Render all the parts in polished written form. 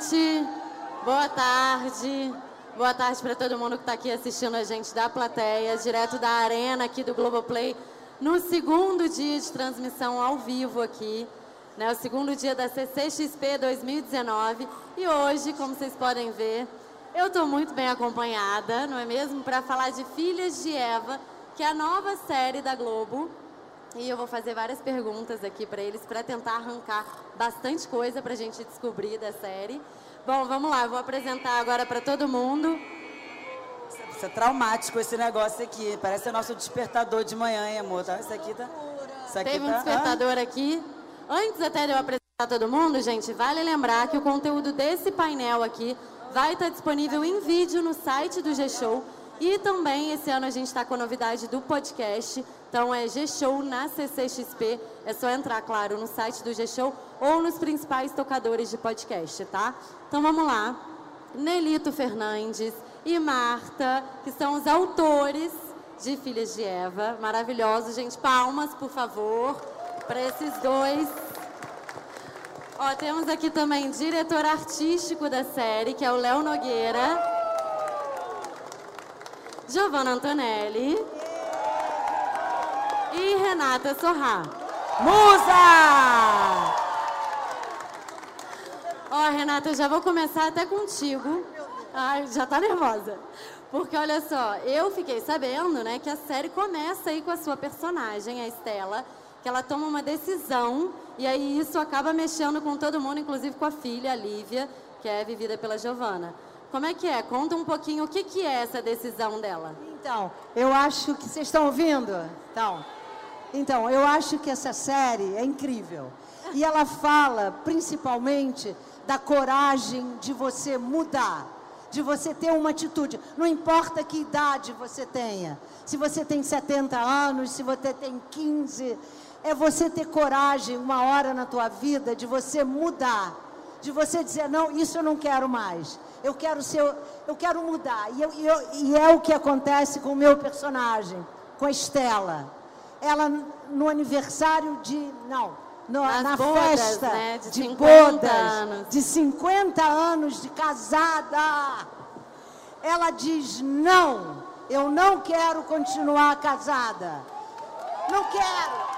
gente. Boa tarde. Boa tarde para todo mundo que está aqui assistindo a gente da plateia, direto da arena aqui do Globoplay, no segundo dia de transmissão ao vivo aqui, né, o segundo dia da CCXP 2019. E hoje, como vocês podem ver, eu estou muito bem acompanhada, não é mesmo? Para falar de Filhas de Eva, que é a nova série da Globo. E eu vou fazer várias perguntas aqui para eles, para tentar arrancar bastante coisa para a gente descobrir da série. Bom, vamos lá, eu vou apresentar agora para todo mundo. Isso é traumático, esse negócio aqui. Parece o nosso despertador de manhã, hein, amor? Tá? Isso aqui tá... Teve um despertador aqui. Antes até de eu apresentar todo mundo, gente, vale lembrar que o conteúdo desse painel aqui vai estar disponível em vídeo no site do G-Show. E também, esse ano, a gente está com a novidade do podcast. Então, é G-Show na CCXP. É só entrar, claro, no site do G-Show ou nos principais tocadores de podcast, tá? Então, vamos lá. Nelito Fernandes e Marta, que são os autores de Filhas de Eva. Maravilhosos, gente. Palmas, por favor, para esses dois. Ó, temos aqui também o diretor artístico da série, que é o Léo Nogueira. Giovanna Antonelli e Renata Sorrá. Musa! Ó, Renata, eu já vou começar até contigo. Ai, já tá nervosa. Porque, olha só, eu fiquei sabendo, né, que a série começa aí com a sua personagem, a Estela, que ela toma uma decisão, e aí isso acaba mexendo com todo mundo, inclusive com a filha, a Lívia, que é vivida pela Giovanna. Como é que é? Conta um pouquinho o que é essa decisão dela. Então, eu acho que... Vocês estão ouvindo? Então, eu acho que essa série é incrível. E ela fala, principalmente, da coragem de você mudar, de você ter uma atitude. Não importa que idade você tenha. Se você tem 70 anos, se você tem 15... É você ter coragem, uma hora na tua vida, de você mudar. De você dizer, não, isso eu não quero mais. Eu quero mudar. E é o que acontece com o meu personagem, com a Estela. Ela, no aniversário na bodas, festa, né, de 50 bodas, anos. de 50 anos de casada, ela diz, não, eu não quero continuar casada. Não quero.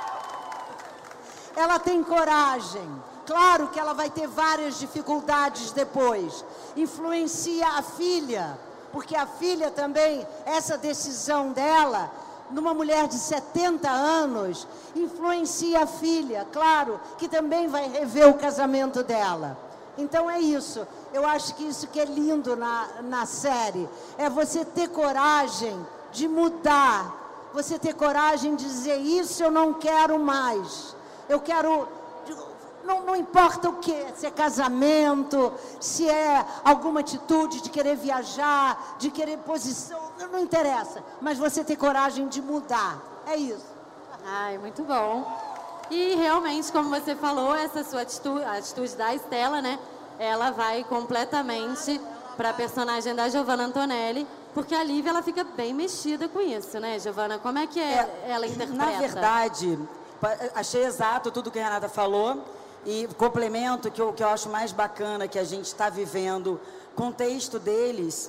Ela tem coragem. Claro que ela vai ter várias dificuldades depois. Influencia a filha, porque a filha também, essa decisão dela, numa mulher de 70 anos, influencia a filha. Claro que também vai rever o casamento dela. Então é isso. Eu acho que isso que é lindo na série. É você ter coragem de mudar. Você ter coragem de dizer, isso eu não quero mais. Eu quero... Não importa o que, se é casamento, se é alguma atitude de querer viajar, de querer posição, não interessa. Mas você ter coragem de mudar, é isso. Ai, muito bom. E realmente, como você falou, essa sua atitude, a atitude da Estela, né? Ela vai completamente para a personagem da Giovanna Antonelli, porque a Lívia, ela fica bem mexida com isso, né, Giovanna? Como é que ela interpreta? Na verdade, achei exato tudo que a Renata falou. E complemento que eu acho mais bacana que a gente está vivendo, contexto deles,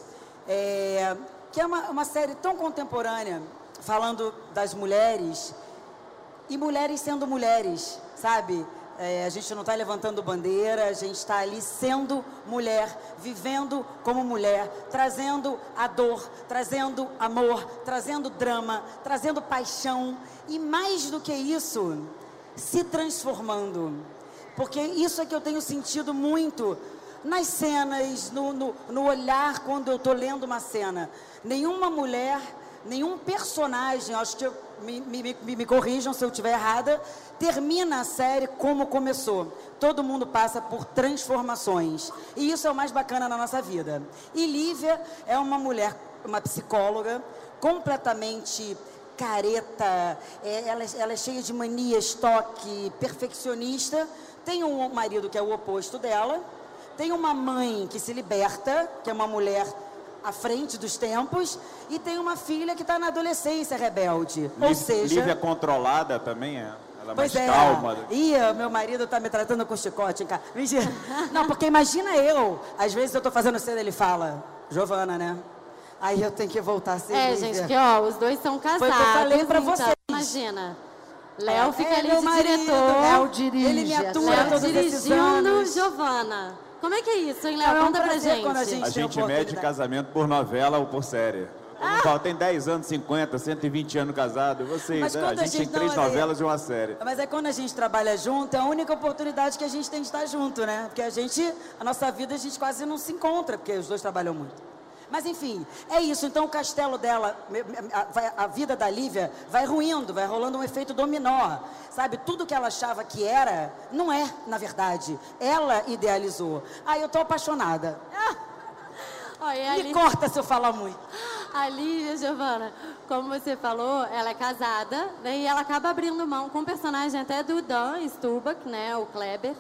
que é uma série tão contemporânea, falando das mulheres, e mulheres sendo mulheres, sabe? A gente não está levantando bandeira, a gente está ali sendo mulher, vivendo como mulher, trazendo a dor, trazendo amor, trazendo drama, trazendo paixão, e mais do que isso, se transformando. Porque isso é que eu tenho sentido muito nas cenas, no olhar quando eu estou lendo uma cena. Nenhuma mulher, nenhum personagem, acho que me corrijam se eu estiver errada, termina a série como começou. Todo mundo passa por transformações. E isso é o mais bacana na nossa vida. E Lívia é uma mulher, uma psicóloga, completamente careta, ela é cheia de manias, toque, perfeccionista. Tem um marido que é o oposto dela, tem uma mãe que se liberta, que é uma mulher à frente dos tempos, e tem uma filha que está na adolescência rebelde. Ou seja... Lívia controlada também é? Ela Pois mais é. calma. Ih, meu marido tá me tratando com chicote em casa. Mentira. Não, porque imagina eu. Às vezes eu tô fazendo cena, ele fala, Giovana, né? Aí eu tenho que voltar a ser Lívia. gente, porque ó, os dois são casados. Foi o que eu falei pra então, vocês. imagina. Léo fica ali meu de marido, diretor. Léo dirige. Ele me atua Léo todos esses dirigindo anos. Giovana. Como é que é isso, hein, Léo? É um Conta pra prazer gente. quando a A tem gente mede oportunidade. casamento por novela ou por série. Eu não falo, tem 10 anos, 50, 120 anos casado. Vocês, Mas né? quando A gente tem 3 novelas e uma série. Mas é quando a gente trabalha junto, é a única oportunidade que a gente tem de estar junto, né? Porque a nossa vida, a gente quase não se encontra, porque os dois trabalham muito. Mas enfim, é isso. Então o castelo dela, a vida da Lívia vai ruindo, vai rolando um efeito dominó. Sabe, tudo que ela achava que era, não é, na verdade. Ela idealizou. Eu tô apaixonada. Olha, Me corta se eu falar muito. A Lívia, Giovana, como você falou, ela é casada, né, e ela acaba abrindo mão com o personagem até do Dan Stubach, né, o Kleber,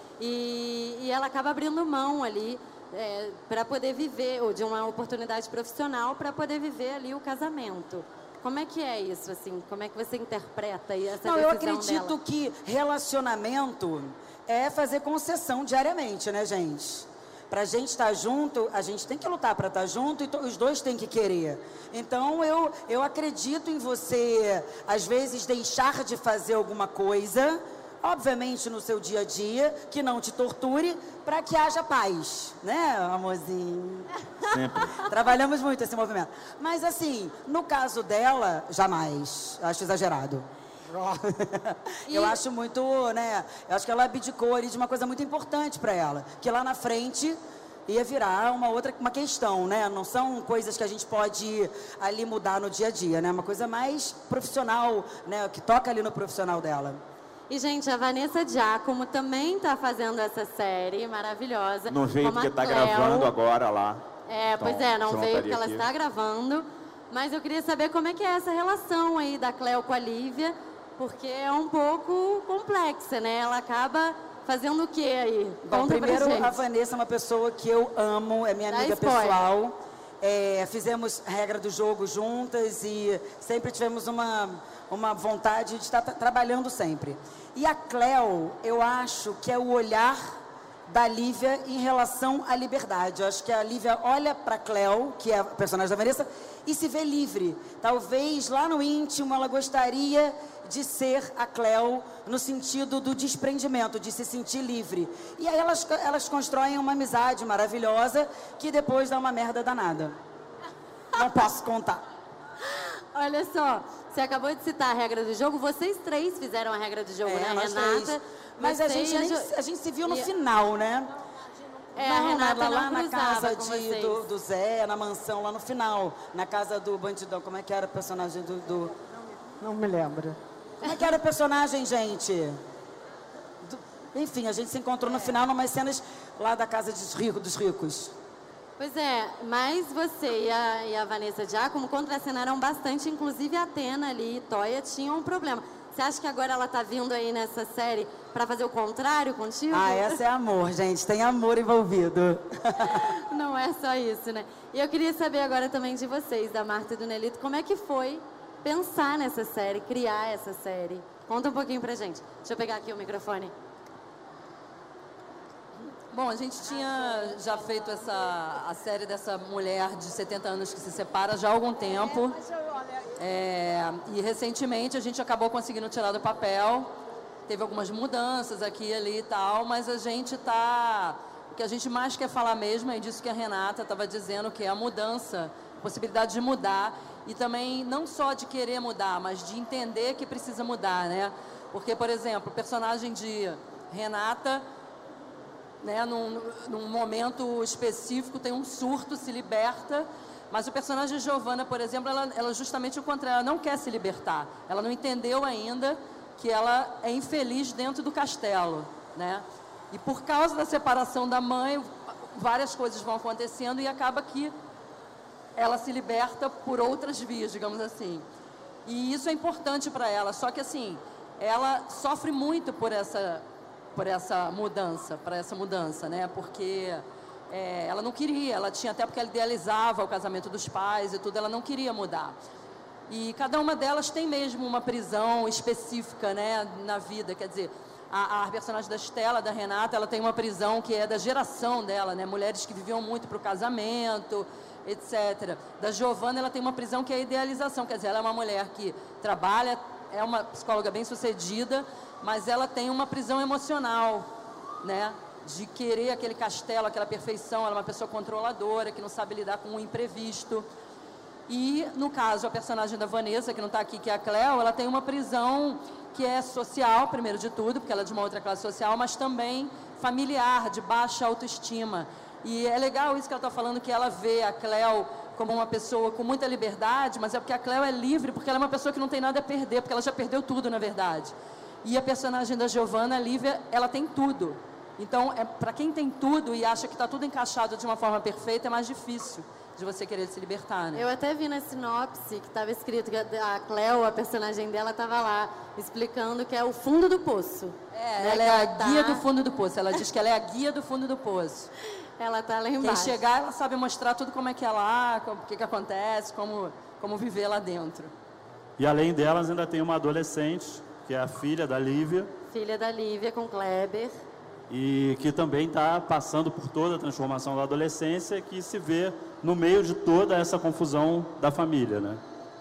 e ela acaba abrindo mão ali para poder viver, ou de uma oportunidade profissional para poder viver ali o casamento. Como é que é isso, assim? Como é que você interpreta aí essa decisão Eu acredito dela? que relacionamento é fazer concessão diariamente, né, gente? Pra gente estar junto, a gente tem que lutar para estar junto e os dois têm que querer. Então, eu acredito em você, às vezes, deixar de fazer alguma coisa, obviamente no seu dia a dia, que não te torture, para que haja paz, né, amorzinho? Sempre. Trabalhamos muito esse movimento. Mas, assim, no caso dela, jamais. Acho exagerado. Eu acho muito, né? Eu acho que ela abdicou ali de uma coisa muito importante para ela, que lá na frente ia virar uma questão, né? Não são coisas que a gente pode ali mudar no dia a dia, né? Uma coisa mais profissional, né? Que toca ali no profissional dela. E, gente, a Vanessa Giacomo também está fazendo essa série maravilhosa. Não veio como a porque está Cleo. gravando agora lá. Pois Então, é, não você veio estaria porque ela aqui. está gravando. Mas eu queria saber como é que é essa relação aí da Cleo com a Lívia, porque é um pouco complexa, né? Ela acaba fazendo o que aí? Bom, Conta primeiro, pra gente. a Vanessa é uma pessoa que eu amo, é minha Dá amiga spoiler. pessoal. Fizemos regra do jogo juntas e sempre tivemos uma vontade de estar trabalhando sempre. E a Cleo, eu acho que é o olhar da Lívia em relação à liberdade. Eu acho que a Lívia olha para Cleo, que é a personagem da Vanessa, e se vê livre. Talvez lá no íntimo ela gostaria de ser a Cleo no sentido do desprendimento, de se sentir livre. E aí elas constroem uma amizade maravilhosa que depois dá uma merda danada. Não posso contar. Olha só, você acabou de citar a regra do jogo, vocês três fizeram a regra do jogo, né? nós Renata, três. Mas a você gente, e a gente se viu no e- final, né? a Renata lá não na cruzava casa com vocês. do Zé, na mansão, lá no final. Na casa do bandidão. Como é que era o personagem do... Não me lembro. Como é que era o personagem, gente? Enfim, a gente se encontrou no final numas cenas lá da casa dos ricos. Pois é, mas você e a Vanessa Giacomo contracenaram bastante, inclusive a Atena ali e Toya tinham um problema. Você acha que agora ela tá vindo aí nessa série para fazer o contrário contigo? Essa é amor, gente. Tem amor envolvido. Não é só isso, né? E eu queria saber agora também de vocês, da Marta e do Nelito, como é que foi pensar nessa série, criar essa série? Conta um pouquinho pra gente. Deixa eu pegar aqui o microfone. Bom, a gente tinha já feito a série dessa mulher de 70 anos que se separa já há algum tempo. E recentemente a gente acabou conseguindo tirar do papel. Teve algumas mudanças aqui e ali e tal, mas a gente tá... O que a gente mais quer falar mesmo é disso que a Renata estava dizendo, que é a mudança, a possibilidade de mudar. E também não só de querer mudar, mas de entender que precisa mudar, né? Porque, por exemplo, o personagem de Renata... Né, num momento específico, tem um surto, se liberta, mas o personagem de Giovana, por exemplo, ela justamente o contrário, ela não quer se libertar, ela não entendeu ainda que ela é infeliz dentro do castelo, né? E por causa da separação da mãe, várias coisas vão acontecendo e acaba que ela se liberta por outras vias, digamos assim. E isso é importante para ela, só que assim, ela sofre muito por essa mudança, né? Porque ela não queria, ela tinha até porque ela idealizava o casamento dos pais e tudo, ela não queria mudar. E cada uma delas tem mesmo uma prisão específica, né, na vida. Quer dizer, a personagem da Estela, da Renata, ela tem uma prisão que é da geração dela, né? Mulheres que viviam muito para o casamento, etc. Da Giovanna, ela tem uma prisão que é a idealização. Quer dizer, ela é uma mulher que trabalha, é uma psicóloga bem-sucedida, mas ela tem uma prisão emocional, né? De querer aquele castelo, aquela perfeição. Ela é uma pessoa controladora, que não sabe lidar com o imprevisto. E, no caso, a personagem da Vanessa, que não está aqui, que é a Cleo, ela tem uma prisão que é social, primeiro de tudo, porque ela é de uma outra classe social, mas também familiar, de baixa autoestima. E é legal isso que ela está falando, que ela vê a Cleo como uma pessoa com muita liberdade, mas é porque a Cleo é livre, porque ela é uma pessoa que não tem nada a perder, porque ela já perdeu tudo, na verdade. E a personagem da Giovanna, a Lívia, ela tem tudo. Então, para quem tem tudo e acha que está tudo encaixado de uma forma perfeita, é mais difícil de você querer se libertar, né? Eu até vi na sinopse que estava escrito que a Cleo, a personagem dela, estava lá explicando que é o fundo do poço. Ela é a guia do fundo do poço. Ela diz que ela é a guia do fundo do poço. Ela está lá embaixo. Quem chegar, ela sabe mostrar tudo como é que é lá, o que acontece, como viver lá dentro. E além delas, ainda tem uma adolescente, que é a filha da Lívia. Filha da Lívia, com Kleber. E que também está passando por toda a transformação da adolescência, que se vê no meio de toda essa confusão da família, né?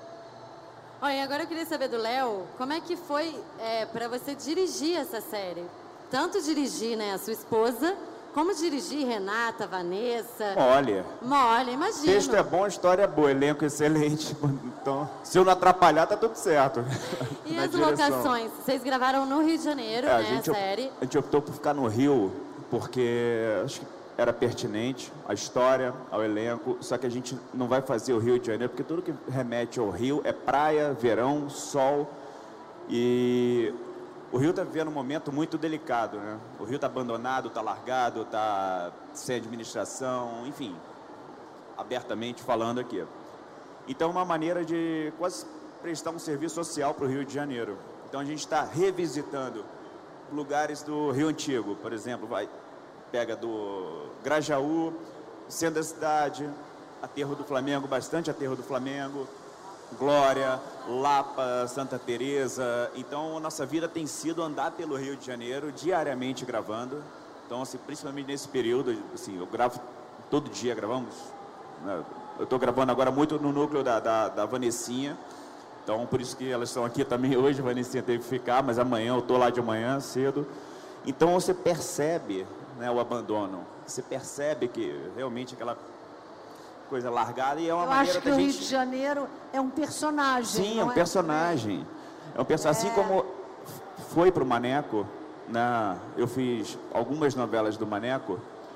Olha, agora eu queria saber do Léo, como é que foi para você dirigir essa série? Tanto dirigir, né, a sua esposa, como dirigir Renata, Vanessa... Olha, imagina. Texto é bom, história é boa, elenco excelente. Então, se eu não atrapalhar, tá tudo certo. E as locações? Vocês gravaram no Rio de Janeiro, né, a série? A gente optou por ficar no Rio, porque acho que era pertinente à história, ao elenco, só que a gente não vai fazer o Rio de Janeiro, porque tudo que remete ao Rio é praia, verão, sol, e o Rio está vivendo um momento muito delicado, né? O Rio está abandonado, está largado, está sem administração, enfim, abertamente falando aqui. Então, uma maneira de quase prestar um serviço social para o Rio de Janeiro. Então, a gente está revisitando lugares do Rio Antigo, por exemplo, pega do Grajaú, centro da cidade, Aterro do Flamengo, bastante Aterro do Flamengo, Glória, Lapa, Santa Teresa. Então, a nossa vida tem sido andar pelo Rio de Janeiro, diariamente gravando. Então, assim, principalmente nesse período, assim, eu gravo todo dia, gravamos, né? Eu estou gravando agora muito no núcleo da Vanessinha. Então, por isso que elas estão aqui também hoje. A Vanessinha teve que ficar, mas amanhã eu estou lá de manhã cedo. Então, você percebe, né, o abandono. Você percebe que realmente aquela coisa largada, e é uma maneira da gente... Eu acho que o Rio de Janeiro é um personagem. Sim, é um personagem. Assim como foi para o Maneco, né? Eu fiz algumas novelas do Maneco,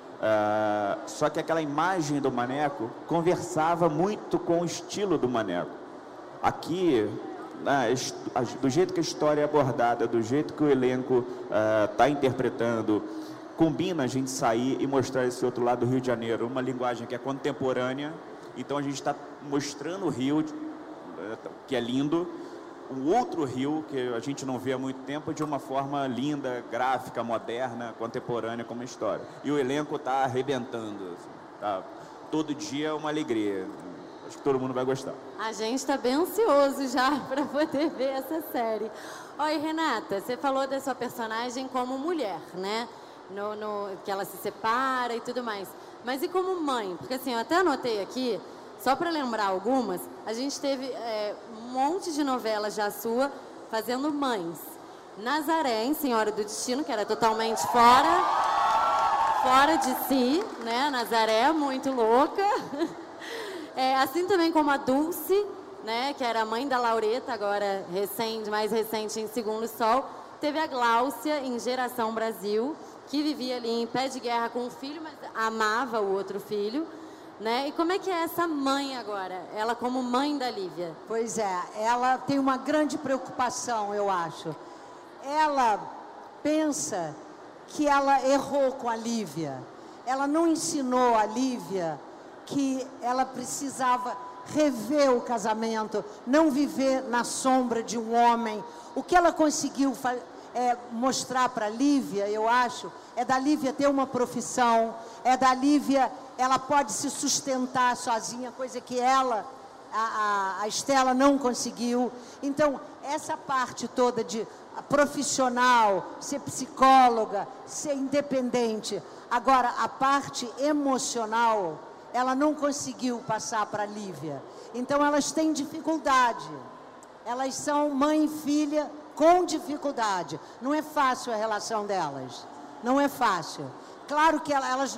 só que aquela imagem do Maneco conversava muito com o estilo do Maneco. Aqui, do jeito que a história é abordada, do jeito que o elenco está interpretando, combina a gente sair e mostrar esse outro lado do Rio de Janeiro, uma linguagem que é contemporânea. Então a gente está mostrando o Rio, que é lindo, um outro Rio que a gente não vê há muito tempo, de uma forma linda, gráfica, moderna, contemporânea como história. E o elenco está arrebentando, assim, tá? Todo dia é uma alegria. Acho que todo mundo vai gostar. A gente está bem ansioso já para poder ver essa série. Oi, Renata, você falou da sua personagem como mulher, né? Que ela se separa e tudo mais. Mas e como mãe? Porque assim, eu até anotei aqui, só para lembrar algumas, a gente teve um monte de novelas já sua fazendo mães. Nazaré, em Senhora do Destino, que era totalmente fora de si, né? Nazaré, muito louca. Assim também como a Dulce, né? Que era a mãe da Laureta, agora mais recente em Segundo Sol. Teve a Gláucia, em Geração Brasil, que vivia ali em pé de guerra com o filho, mas amava o outro filho, né? E como é que é essa mãe agora? Ela como mãe da Lívia? Pois é, ela tem uma grande preocupação, eu acho. Ela pensa que ela errou com a Lívia. Ela não ensinou a Lívia que ela precisava rever o casamento, não viver na sombra de um homem. O que ela conseguiu mostrar para a Lívia, eu acho, é da Lívia ter uma profissão, é da Lívia, ela pode se sustentar sozinha, coisa que ela a Estela não conseguiu. Então, essa parte toda de profissional, ser psicóloga, ser independente. Agora, a parte emocional, ela não conseguiu passar para a Lívia. Então, elas têm dificuldade. Elas são mãe e filha com dificuldade. Não é fácil a relação delas. Não é fácil. Claro que elas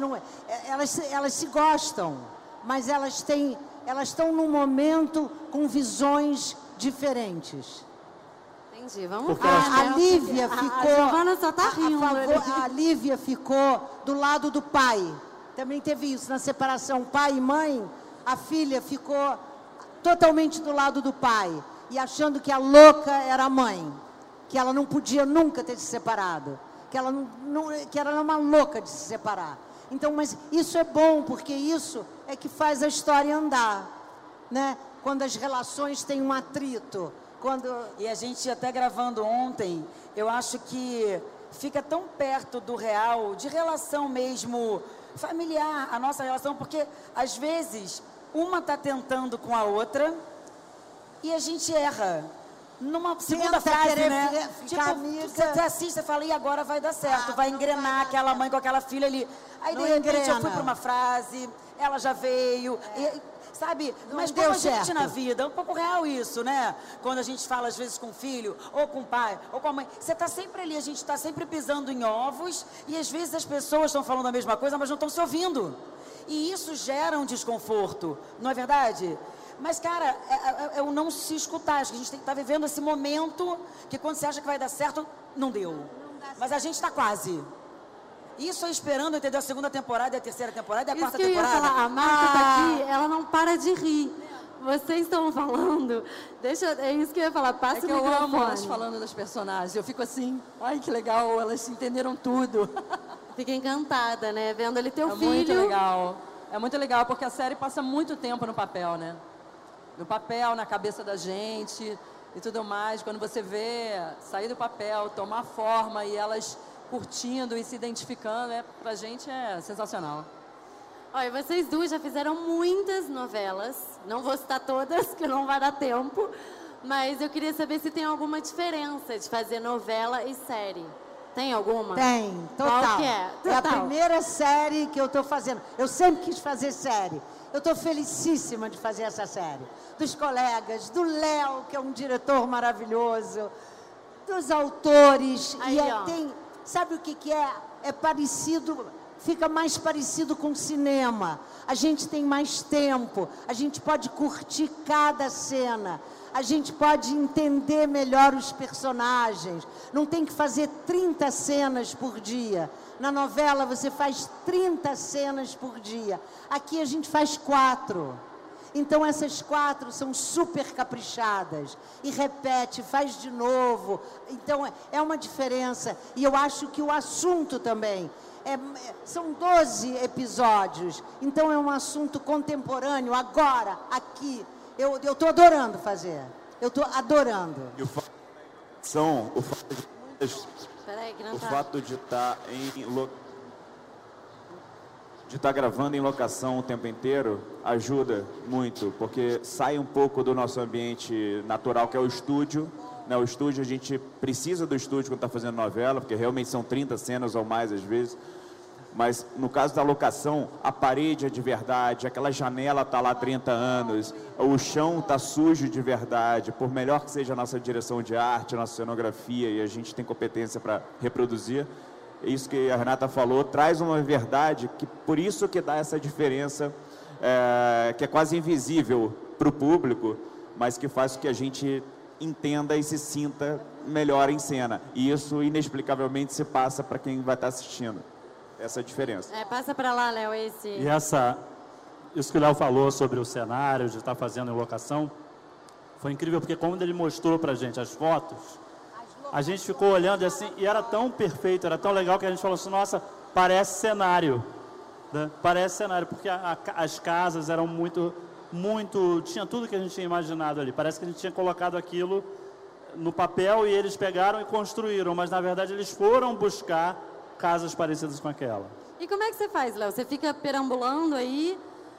se gostam, mas elas estão num momento com visões diferentes. Entendi, vamos A Lívia ficou... A Giovana só tá rindo. A Lívia ficou do lado do pai. Também teve isso, na separação pai e mãe, a filha ficou totalmente do lado do pai. E achando que a louca era a mãe. Que ela não podia nunca ter se separado. Que ela era uma louca de se separar. Então, mas isso é bom, porque isso é que faz a história andar, né? Quando as relações têm um atrito. E a gente até gravando ontem, eu acho que fica tão perto do real, de relação mesmo familiar, a nossa relação, porque às vezes uma está tentando com a outra e a gente erra. Numa segunda frase, né? Você assiste, você fala, e agora vai dar certo, vai engrenar aquela mãe com aquela filha ali. Aí, de repente, eu fui para uma frase, ela já veio, sabe? Mas como a gente na vida, é um pouco real isso, né? Quando a gente fala, às vezes, com o filho, ou com o pai, ou com a mãe, você está sempre ali, a gente está sempre pisando em ovos, e às vezes as pessoas estão falando a mesma coisa, mas não estão se ouvindo. E isso gera um desconforto, não é verdade? Mas, cara, é o não se escutar. Acho que a gente está vivendo esse momento que quando você acha que vai dar certo, não deu. Mas a gente está quase. Isso é esperando, entendeu? A segunda temporada, a terceira temporada e a quarta temporada. Isso que eu ia falar, a Marta tá aqui, ela não para de rir. Vocês estão falando, é isso que eu ia falar, passa o microfone. Eu amo elas falando das personagens, eu fico assim, ai que legal, elas entenderam tudo. Fica encantada, né, vendo ali teu filho. É muito legal, porque a série passa muito tempo no papel, né? No papel, na cabeça da gente e tudo mais. Quando você vê sair do papel, tomar forma e elas curtindo e se identificando, pra gente é sensacional. Olha, vocês duas já fizeram muitas novelas. Não vou citar todas, que não vai dar tempo. Mas eu queria saber se tem alguma diferença de fazer novela e série. Tem alguma? Tem, total. Qual que é? Total. É a primeira série que eu estou fazendo. Eu sempre quis fazer série. Eu estou felicíssima de fazer essa série. Dos colegas, do Léo, que é um diretor maravilhoso, dos autores. Aí, sabe o que é? É parecido, fica mais parecido com cinema. A gente tem mais tempo, a gente pode curtir cada cena. A gente pode entender melhor os personagens. Não tem que fazer 30 cenas por dia. Na novela você faz 30 cenas por dia. Aqui a gente faz 4. Então essas 4 são super caprichadas. E repete, faz de novo. Então é uma diferença. E eu acho que o assunto também. São 12 episódios. Então é um assunto contemporâneo, agora, aqui. Eu estou adorando fazer. Eu estou adorando. E o fato de estar gravando em locação o tempo inteiro ajuda muito, porque sai um pouco do nosso ambiente natural, que é o estúdio. Né? O estúdio, a gente precisa do estúdio quando está fazendo novela, porque realmente são 30 cenas ou mais às vezes. Mas no caso da locação, a parede é de verdade, aquela janela está lá há 30 anos, o chão está sujo de verdade, por melhor que seja a nossa direção de arte, a nossa cenografia, e a gente tem competência para reproduzir, isso que a Renata falou, traz uma verdade, que por isso que dá essa diferença, que é quase invisível para o público, mas que faz com que a gente entenda e se sinta melhor em cena. E isso, inexplicavelmente, se passa para quem vai estar assistindo. Essa é a diferença. Passa para lá, Léo, esse... E isso que o Léo falou sobre o cenário, de estar fazendo em locação, foi incrível, porque quando ele mostrou pra gente as fotos, a gente ficou olhando assim, e era tão perfeito, era tão legal, que a gente falou assim, nossa, parece cenário. Né? Parece cenário, porque as casas eram muito, tinha tudo que a gente tinha imaginado ali. Parece que a gente tinha colocado aquilo no papel e eles pegaram e construíram, mas na verdade eles foram buscar casas parecidas com aquela. E como é que você faz, Léo? Você fica perambulando aí,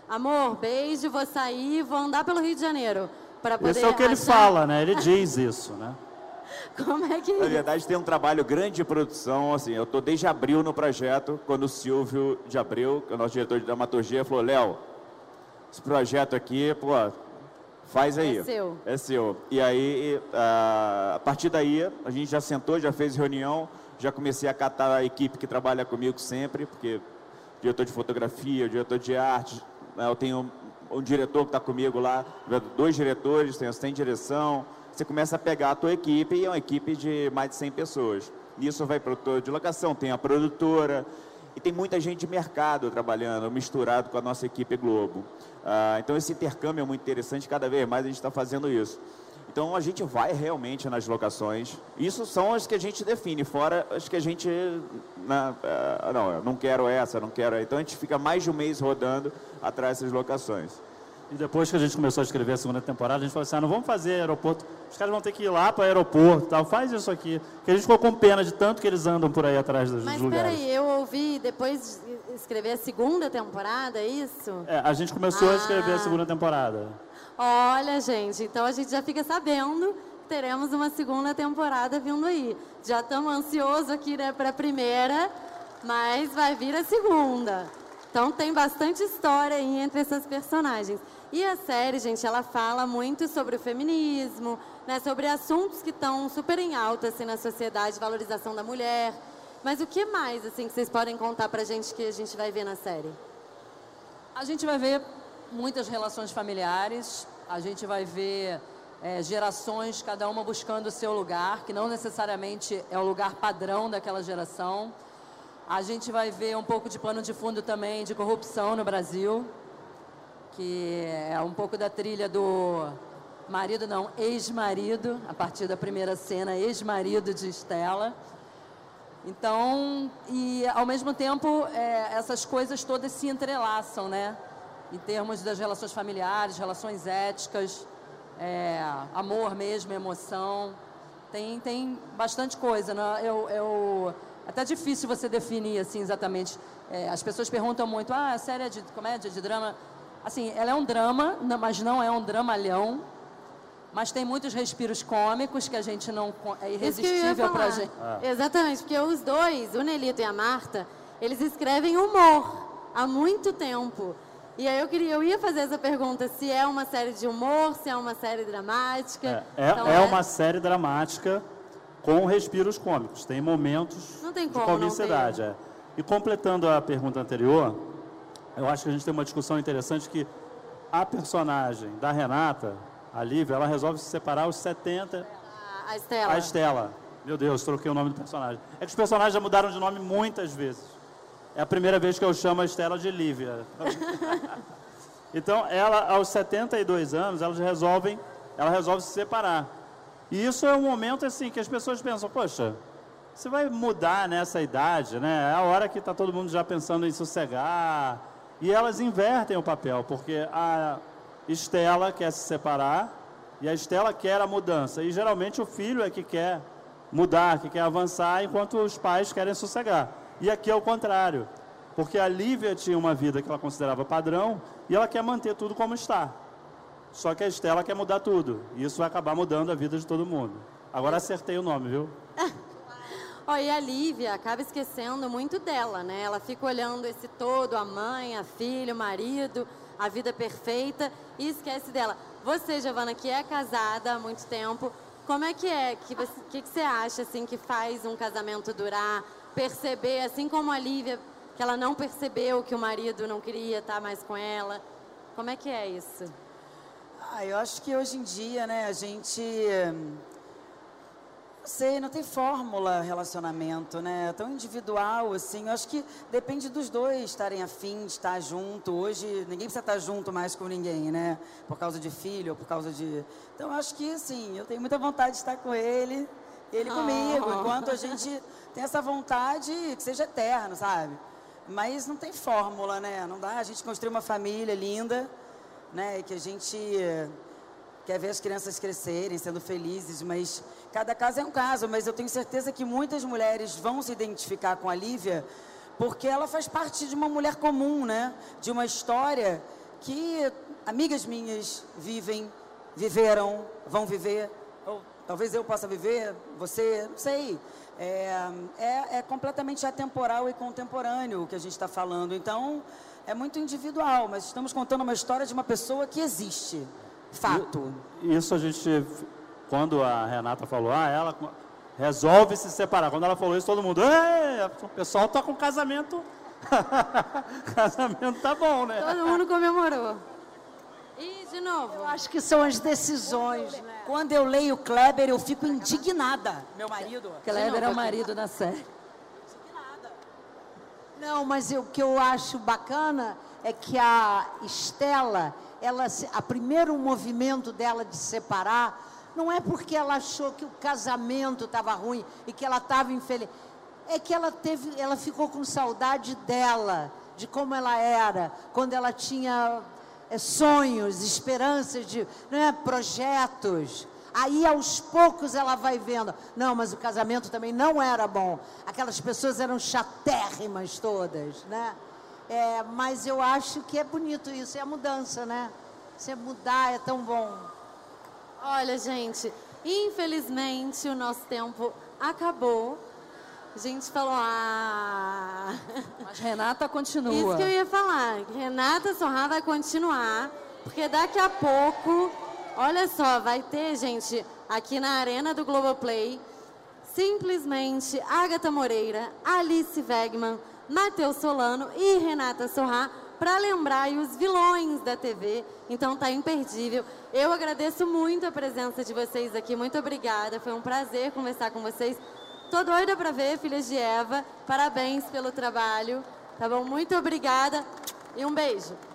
amor, beijo, vou sair, vou andar pelo Rio de Janeiro. Para poder Isso é o que ele achar... fala, né? Ele diz isso, né? Como é que... Na verdade, tem um trabalho grande de produção, assim, eu estou desde abril no projeto, quando o Silvio de Abreu, que é o nosso diretor de dramaturgia, falou, Léo, esse projeto aqui, pô, faz aí. É seu. É seu. E aí, a partir daí, a gente já sentou, já fez reunião, já comecei a catar a equipe que trabalha comigo sempre, porque diretor de fotografia, diretor de arte, né, eu tenho um diretor que está comigo lá, 2 diretores, tem assistente de direção. Você começa a pegar a tua equipe e é uma equipe de mais de 100 pessoas. Nisso vai produtor de locação, tem a produtora e tem muita gente de mercado trabalhando, misturado com a nossa equipe Globo. Então esse intercâmbio é muito interessante, cada vez mais a gente está fazendo isso. Então a gente vai realmente nas locações. Isso são as que a gente define, fora as que a gente... não, eu não quero essa, não quero... Então a gente fica mais de um mês rodando atrás dessas locações. E depois que a gente começou a escrever a segunda temporada, a gente falou assim, não vamos fazer aeroporto, os caras vão ter que ir lá para o aeroporto, tal, faz isso aqui. Que a gente ficou com pena de tanto que eles andam por aí atrás dos lugares. Mas peraí, eu ouvi depois de escrever a segunda temporada, é isso? A gente começou a escrever a segunda temporada. Olha, gente, então a gente já fica sabendo que teremos uma segunda temporada vindo aí. Já estamos ansiosos aqui, né, para a primeira, mas vai vir a segunda. Então tem bastante história aí entre essas personagens. E a série, gente, ela fala muito sobre o feminismo, né, sobre assuntos que estão super em alta assim, na sociedade, valorização da mulher. Mas o que mais assim, que vocês podem contar pra gente que a gente vai ver na série? A gente vai ver muitas relações familiares, a gente vai ver gerações, cada uma buscando o seu lugar, que não necessariamente é o lugar padrão daquela geração. A gente vai ver um pouco de pano de fundo também de corrupção no Brasil, que é um pouco da trilha do marido, não, ex-marido, a partir da primeira cena, ex-marido de Estela. Então, e ao mesmo tempo, essas coisas todas se entrelaçam, né? Em termos das relações familiares, relações éticas, amor mesmo, emoção. Tem bastante coisa, né? Até difícil você definir assim exatamente. As pessoas perguntam muito, a série é de comédia, de drama? Assim, ela é um drama, mas não é um dramalhão. Mas tem muitos respiros cômicos que a gente não... É irresistível pra gente. Exatamente, porque os dois, o Nelito e a Marta, eles escrevem humor há muito tempo. E aí eu ia fazer essa pergunta, se é uma série de humor, se é uma série dramática. É uma série dramática com respiros cômicos. Tem momentos não tem de como comicidade. não ter. E completando a pergunta anterior, eu acho que a gente tem uma discussão interessante que a personagem da Renata, a Lívia, ela resolve se separar aos 70... A Estela. A Estela. Meu Deus, troquei o nome do personagem. É que os personagens já mudaram de nome muitas vezes. É a primeira vez que eu chamo a Estela de Lívia. Então, ela, aos 72 anos, ela resolve se separar. E isso é um momento, assim, que as pessoas pensam, poxa, você vai mudar nessa idade, né? É a hora que está todo mundo já pensando em sossegar. E elas invertem o papel, porque a Estela quer se separar e a Estela quer a mudança. E, geralmente, o filho é que quer mudar, que quer avançar, enquanto os pais querem sossegar. E aqui é o contrário, porque a Lívia tinha uma vida que ela considerava padrão e ela quer manter tudo como está. Só que a Estela quer mudar tudo. E isso vai acabar mudando a vida de todo mundo. Agora acertei o nome, viu? E a Lívia acaba esquecendo muito dela, né? Ela fica olhando esse todo, a mãe, a filha, o marido, a vida perfeita, e esquece dela. Você, Giovana, que é casada há muito tempo, como é que é? O que você acha, assim, que faz um casamento durar? Perceber, assim como a Lívia, que ela não percebeu que o marido não queria estar mais com ela. Como é que é isso? Eu acho que hoje em dia, né, a gente... Não sei, não tem fórmula relacionamento, né? É tão individual, assim. Eu acho que depende dos dois estarem afim de estar junto. Hoje, ninguém precisa estar junto mais com ninguém, né? Por causa de filho ou por causa de... Então, eu acho que, assim, eu tenho muita vontade de estar com ele comigo. Enquanto a gente tem essa vontade que seja eterno, sabe? Mas não tem fórmula, né? Não dá a gente construir uma família linda, né? Que a gente quer ver as crianças crescerem, sendo felizes, mas cada caso é um caso. Mas eu tenho certeza que muitas mulheres vão se identificar com a Lívia porque ela faz parte de uma mulher comum, né? De uma história que amigas minhas viveram, vão viver, ou talvez eu possa viver, você, não sei. É completamente atemporal e contemporâneo o que a gente está falando. Então, é muito individual, mas estamos contando uma história de uma pessoa que existe. Fato. Isso a gente, quando a Renata falou, ela resolve se separar. Quando ela falou isso, todo mundo, o pessoal tá com casamento. Casamento tá bom, né? Todo mundo comemorou. E, de novo, Eu acho que são as decisões, né? Quando eu leio Kleber, eu fico indignada. Meu marido. Kleber é o marido da série. Não, mas o que eu acho bacana é que a Estela, a primeiro movimento dela de separar, não é porque ela achou que o casamento estava ruim e que ela estava infeliz. É que ela ficou com saudade dela, de como ela era, quando ela tinha sonhos, esperanças, projetos. Aí, aos poucos, ela vai vendo. Não, mas o casamento também não era bom. Aquelas pessoas eram chatérrimas todas, né? Mas eu acho que é bonito isso, é a mudança, né? Você mudar é tão bom. olha, gente, infelizmente o nosso tempo acabou. A gente falou, Mas Renata continua. Isso que eu ia falar. Renata Sorrah vai continuar, porque daqui a pouco, olha só, vai ter, gente, aqui na Arena do Globoplay, simplesmente Agatha Moreira, Alice Wegman, Matheus Solano e Renata Sorrah para lembrar aí os vilões da TV. Então tá imperdível. Eu agradeço muito a presença de vocês aqui. Muito obrigada. Foi um prazer conversar com vocês. Tô doida para ver, Filhas de Eva. Parabéns pelo trabalho. Tá bom? Muito obrigada e um beijo.